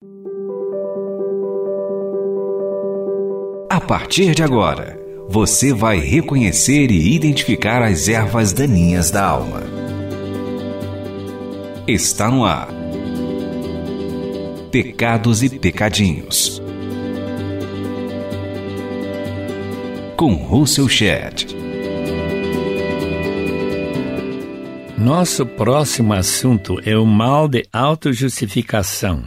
A partir de agora, você vai reconhecer e identificar as ervas daninhas da alma. Está no ar. Pecados e Pecadinhos. Com Russell Shedd. Nosso próximo assunto é o mal de autojustificação.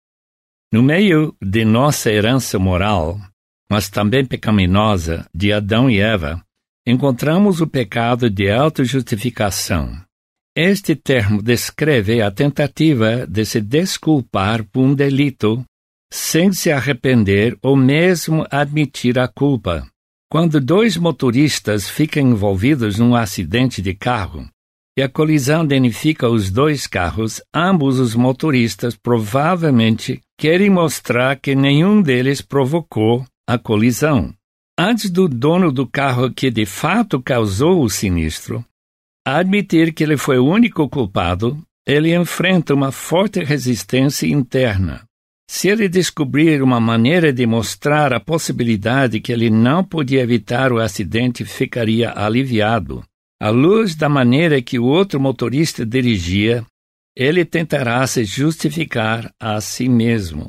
No meio de nossa herança moral, mas também pecaminosa, de Adão e Eva, encontramos o pecado de autojustificação. Este termo descreve a tentativa de se desculpar por um delito sem se arrepender ou mesmo admitir a culpa. Quando dois motoristas ficam envolvidos num acidente de carro e a colisão danifica os dois carros, ambos os motoristas provavelmente querem mostrar que nenhum deles provocou a colisão. Antes do dono do carro que de fato causou o sinistro admitir que ele foi o único culpado, ele enfrenta uma forte resistência interna. Se ele descobrir uma maneira de mostrar a possibilidade que ele não podia evitar o acidente, ficaria aliviado. À luz da maneira que o outro motorista dirigia, ele tentará se justificar a si mesmo.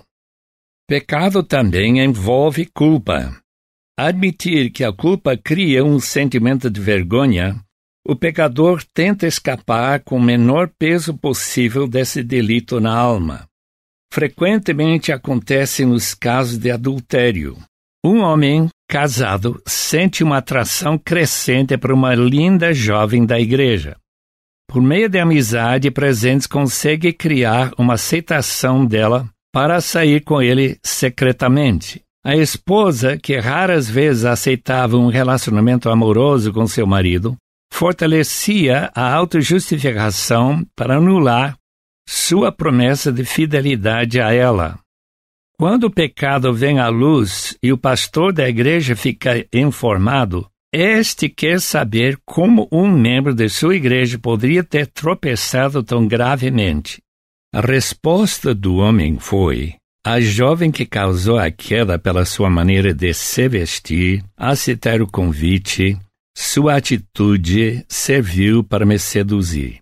Pecado também envolve culpa. Admitir que a culpa cria um sentimento de vergonha, o pecador tenta escapar com o menor peso possível desse delito na alma. Frequentemente acontece nos casos de adultério. Um homem casado sente uma atração crescente por uma linda jovem da igreja. Por meio de amizade e presentes, consegue criar uma aceitação dela para sair com ele secretamente. A esposa, que raras vezes aceitava um relacionamento amoroso com seu marido, fortalecia a autojustificação para anular sua promessa de fidelidade a ela. Quando o pecado vem à luz e o pastor da igreja fica informado, este quer saber como um membro de sua igreja poderia ter tropeçado tão gravemente. A resposta do homem foi: a jovem que causou a queda pela sua maneira de se vestir, aceitar o convite, sua atitude serviu para me seduzir.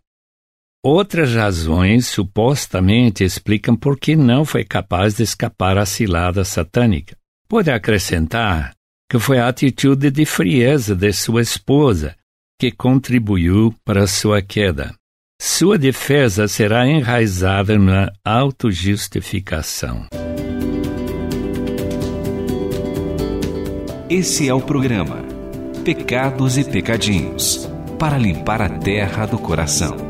Outras razões supostamente explicam por que não foi capaz de escapar à cilada satânica. Pode acrescentar que foi a atitude de frieza de sua esposa que contribuiu para sua queda. Sua defesa será enraizada na autojustificação. Esse é o programa Pecados e Pecadinhos, para limpar a terra do coração.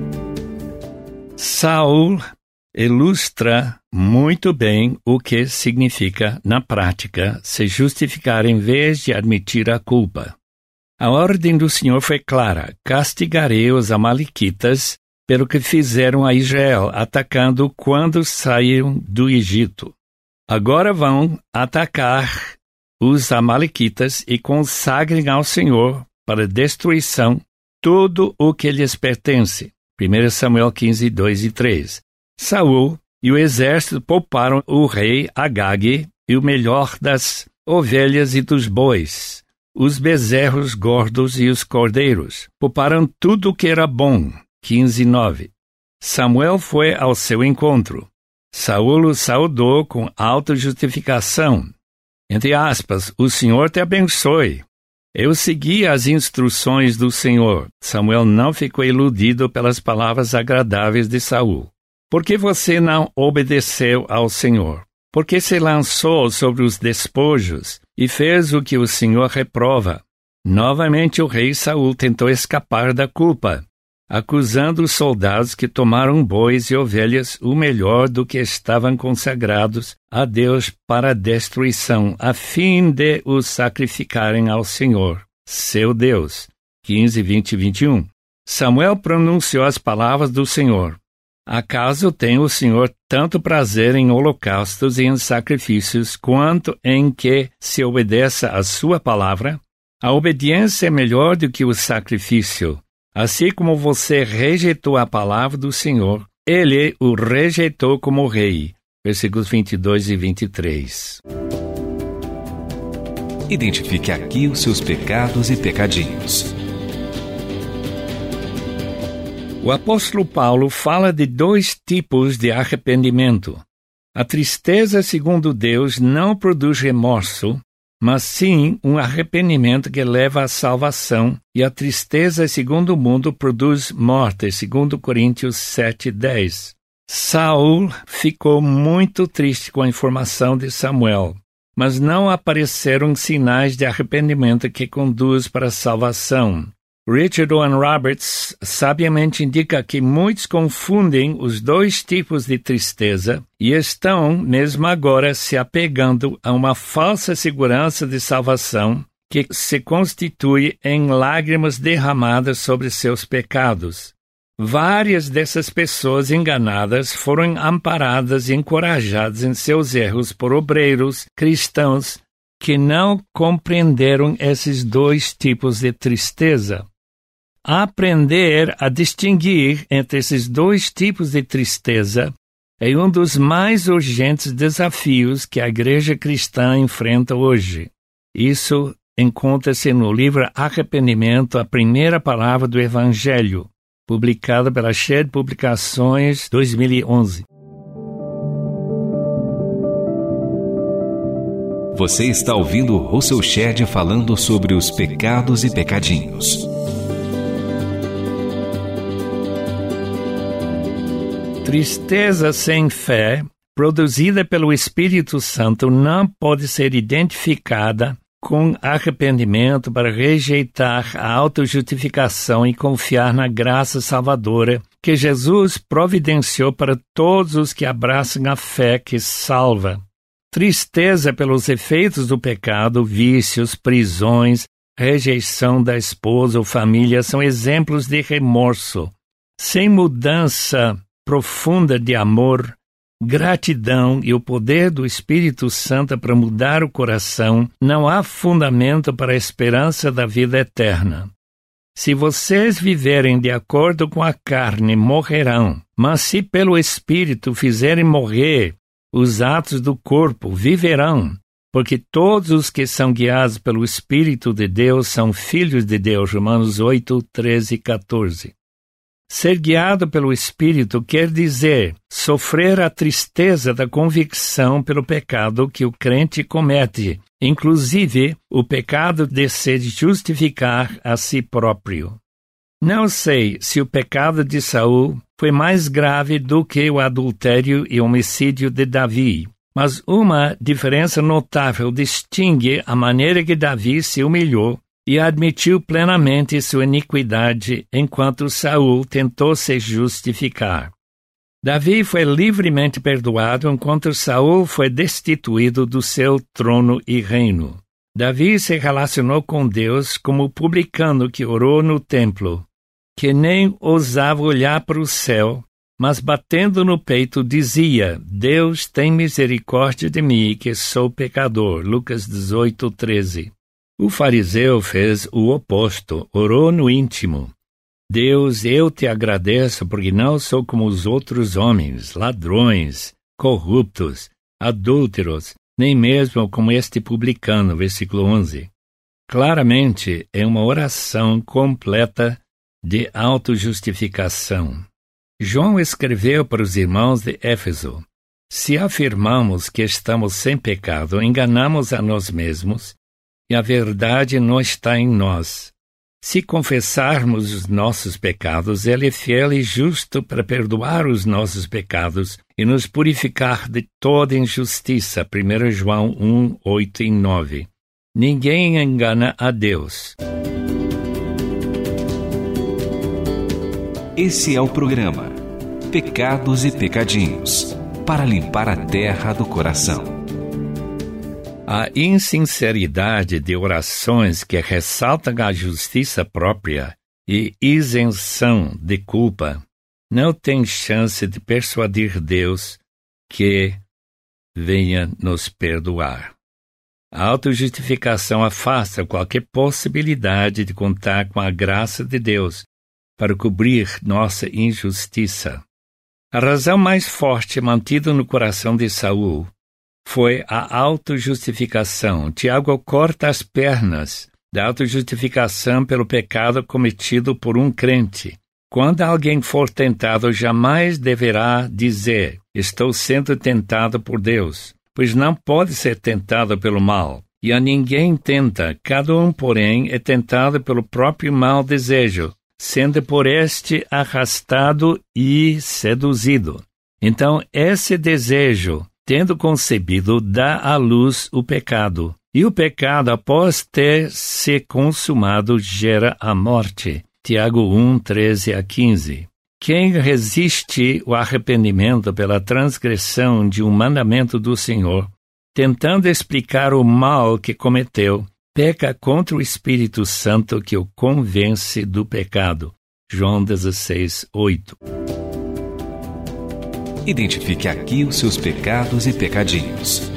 Saul ilustra muito bem o que significa, na prática, se justificar em vez de admitir a culpa. A ordem do Senhor foi clara: castigarei os amalequitas pelo que fizeram a Israel, atacando quando saíram do Egito. Agora vão atacar os amalequitas e consagrem ao Senhor para destruição tudo o que lhes pertence. 1 Samuel 15, 2 e 3. Saul e o exército pouparam o rei Agag e o melhor das ovelhas e dos bois, os bezerros gordos e os cordeiros. Pouparam tudo o que era bom. 15, 9. Samuel foi ao seu encontro. Saul o saudou com autojustificação. Entre aspas, o Senhor te abençoe. Eu segui as instruções do Senhor. Samuel não ficou iludido pelas palavras agradáveis de Saul. Por que você não obedeceu ao Senhor? Por que se lançou sobre os despojos e fez o que o Senhor reprova? Novamente o rei Saul tentou escapar da culpa, acusando os soldados que tomaram bois e ovelhas o melhor do que estavam consagrados a Deus para a destruição, a fim de os sacrificarem ao Senhor, seu Deus. 15, 20 e 21. Samuel pronunciou as palavras do Senhor. Acaso tem o Senhor tanto prazer em holocaustos e em sacrifícios, quanto em que se obedeça a sua palavra? A obediência é melhor do que o sacrifício. Assim como você rejeitou a palavra do Senhor, ele o rejeitou como rei. versículos 22 e 23. Identifique aqui os seus pecados e pecadinhos. O apóstolo Paulo fala de 2 tipos de arrependimento. A tristeza, segundo Deus, não produz remorso, mas sim um arrependimento que leva à salvação, e a tristeza, segundo o mundo, produz morte, segundo Coríntios 7:10. Saul ficou muito triste com a informação de Samuel, mas não apareceram sinais de arrependimento que conduz para a salvação. Richard Owen Roberts sabiamente indica que muitos confundem os 2 tipos de tristeza e estão, mesmo agora, se apegando a uma falsa segurança de salvação que se constitui em lágrimas derramadas sobre seus pecados. Várias dessas pessoas enganadas foram amparadas e encorajadas em seus erros por obreiros cristãos que não compreenderam esses 2 tipos de tristeza. Aprender a distinguir entre esses 2 tipos de tristeza é um dos mais urgentes desafios que a igreja cristã enfrenta hoje. Isso encontra-se no livro Arrependimento, a primeira palavra do Evangelho, publicado pela Shed Publicações 2011. Você está ouvindo Russell Shedd falando sobre os pecados e pecadinhos. Tristeza sem fé, produzida pelo Espírito Santo, não pode ser identificada com arrependimento para rejeitar a autojustificação e confiar na graça salvadora que Jesus providenciou para todos os que abraçam a fé que salva. Tristeza pelos efeitos do pecado, vícios, prisões, rejeição da esposa ou família são exemplos de remorso. Sem mudança profunda de amor, gratidão e o poder do Espírito Santo para mudar o coração, não há fundamento para a esperança da vida eterna. Se vocês viverem de acordo com a carne, morrerão, mas se pelo Espírito fizerem morrer os atos do corpo, viverão, porque todos os que são guiados pelo Espírito de Deus são filhos de Deus. Romanos 8, 13 e 14. Ser guiado pelo Espírito quer dizer sofrer a tristeza da convicção pelo pecado que o crente comete, inclusive o pecado de se justificar a si próprio. Não sei se o pecado de Saul foi mais grave do que o adultério e homicídio de Davi, mas uma diferença notável distingue a maneira que Davi se humilhou e admitiu plenamente sua iniquidade, enquanto Saul tentou se justificar. Davi foi livremente perdoado, enquanto Saul foi destituído do seu trono e reino. Davi se relacionou com Deus como o publicano que orou no templo, que nem ousava olhar para o céu, mas batendo no peito dizia: Deus tem misericórdia de mim, que sou pecador. Lucas 18, 13. O fariseu fez o oposto, orou no íntimo. Deus, eu te agradeço porque não sou como os outros homens, ladrões, corruptos, adúlteros, nem mesmo como este publicano, versículo 11. Claramente é uma oração completa de autojustificação. João escreveu para os irmãos de Éfeso: se afirmamos que estamos sem pecado, enganamos a nós mesmos, e a verdade não está em nós. Se confessarmos os nossos pecados, Ele é fiel e justo para perdoar os nossos pecados e nos purificar de toda injustiça. 1 João 1, 8 e 9. Ninguém engana a Deus. Esse é o programa Pecados e Pecadinhos, para limpar a terra do coração. A insinceridade de orações que ressaltam a justiça própria e isenção de culpa não tem chance de persuadir Deus que venha nos perdoar. A autojustificação afasta qualquer possibilidade de contar com a graça de Deus para cobrir nossa injustiça. A razão mais forte mantida no coração de Saul foi a autojustificação. Tiago corta as pernas da autojustificação pelo pecado cometido por um crente. Quando alguém for tentado, jamais deverá dizer: estou sendo tentado por Deus, pois não pode ser tentado pelo mal. E a ninguém tenta, cada um, porém, é tentado pelo próprio mau desejo, sendo por este arrastado e seduzido. Então, esse desejo, tendo concebido, dá à luz o pecado. E o pecado, após ter se consumado, gera a morte. Tiago 1, 13 a 15. Quem resiste o arrependimento pela transgressão de um mandamento do Senhor, tentando explicar o mal que cometeu, peca contra o Espírito Santo que o convence do pecado. João 16, 8. Identifique aqui os seus pecados e pecadinhos.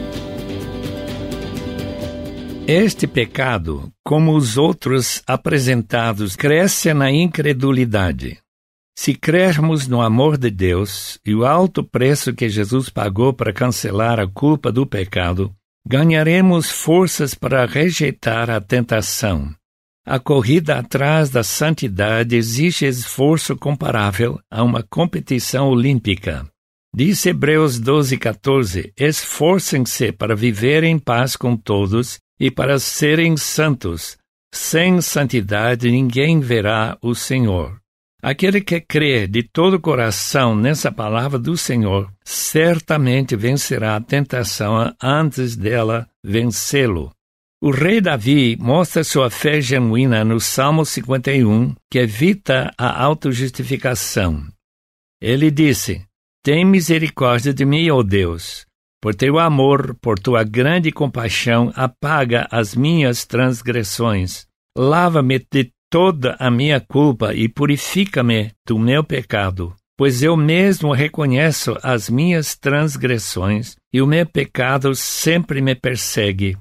Este pecado, como os outros apresentados, cresce na incredulidade. Se crermos no amor de Deus e o alto preço que Jesus pagou para cancelar a culpa do pecado, ganharemos forças para rejeitar a tentação. A corrida atrás da santidade exige esforço comparável a uma competição olímpica. Diz Hebreus 12:14, esforcem-se para viver em paz com todos e para serem santos. Sem santidade ninguém verá o Senhor. Aquele que crê de todo o coração nessa palavra do Senhor, certamente vencerá a tentação antes dela vencê-lo. O rei Davi mostra sua fé genuína no Salmo 51, que evita a autojustificação. Ele disse: tem misericórdia de mim, ó Deus. Por teu amor, por tua grande compaixão, apaga as minhas transgressões. Lava-me de toda a minha culpa e purifica-me do meu pecado. Pois eu mesmo reconheço as minhas transgressões e o meu pecado sempre me persegue.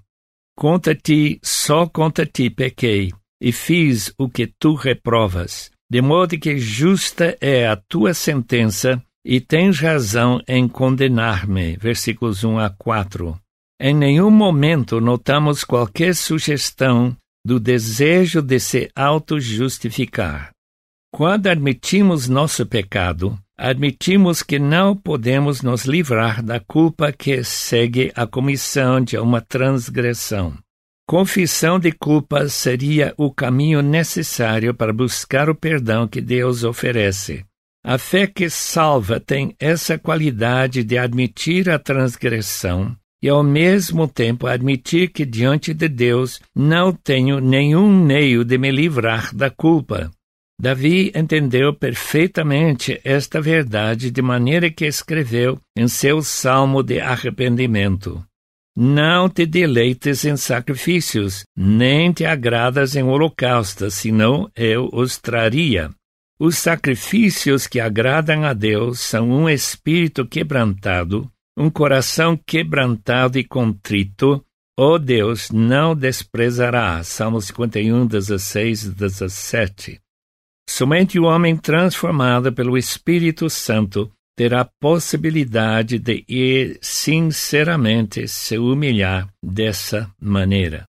Só contra ti pequei, e fiz o que tu reprovas, de modo que justa é a tua sentença, e tens razão em condenar-me. Versículos 1 a 4. Em nenhum momento notamos qualquer sugestão do desejo de se auto-justificar. Quando admitimos nosso pecado, admitimos que não podemos nos livrar da culpa que segue a comissão de uma transgressão. Confissão de culpa seria o caminho necessário para buscar o perdão que Deus oferece. A fé que salva tem essa qualidade de admitir a transgressão e, ao mesmo tempo, admitir que diante de Deus não tenho nenhum meio de me livrar da culpa. Davi entendeu perfeitamente esta verdade de maneira que escreveu em seu salmo de arrependimento: não te deleites em sacrifícios, nem te agradas em holocaustos, senão eu os traria. Os sacrifícios que agradam a Deus são um espírito quebrantado, um coração quebrantado e contrito. Ó Deus, não desprezará. Salmo 51, 16 e 17. Somente o homem transformado pelo Espírito Santo terá possibilidade de sinceramente se humilhar dessa maneira.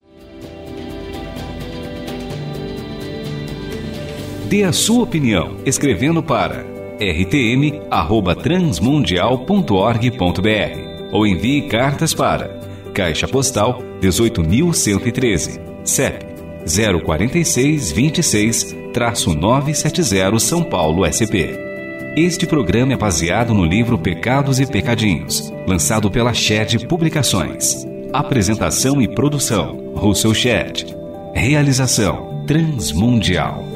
Dê a sua opinião escrevendo para rtm@transmundial.org.br ou envie cartas para Caixa Postal 18.113, CEP 04626-970 São Paulo, SP. Este programa é baseado no livro Pecados e Pecadinhos, lançado pela Shed Publicações. Apresentação e produção, Russell Shed. Realização Transmundial.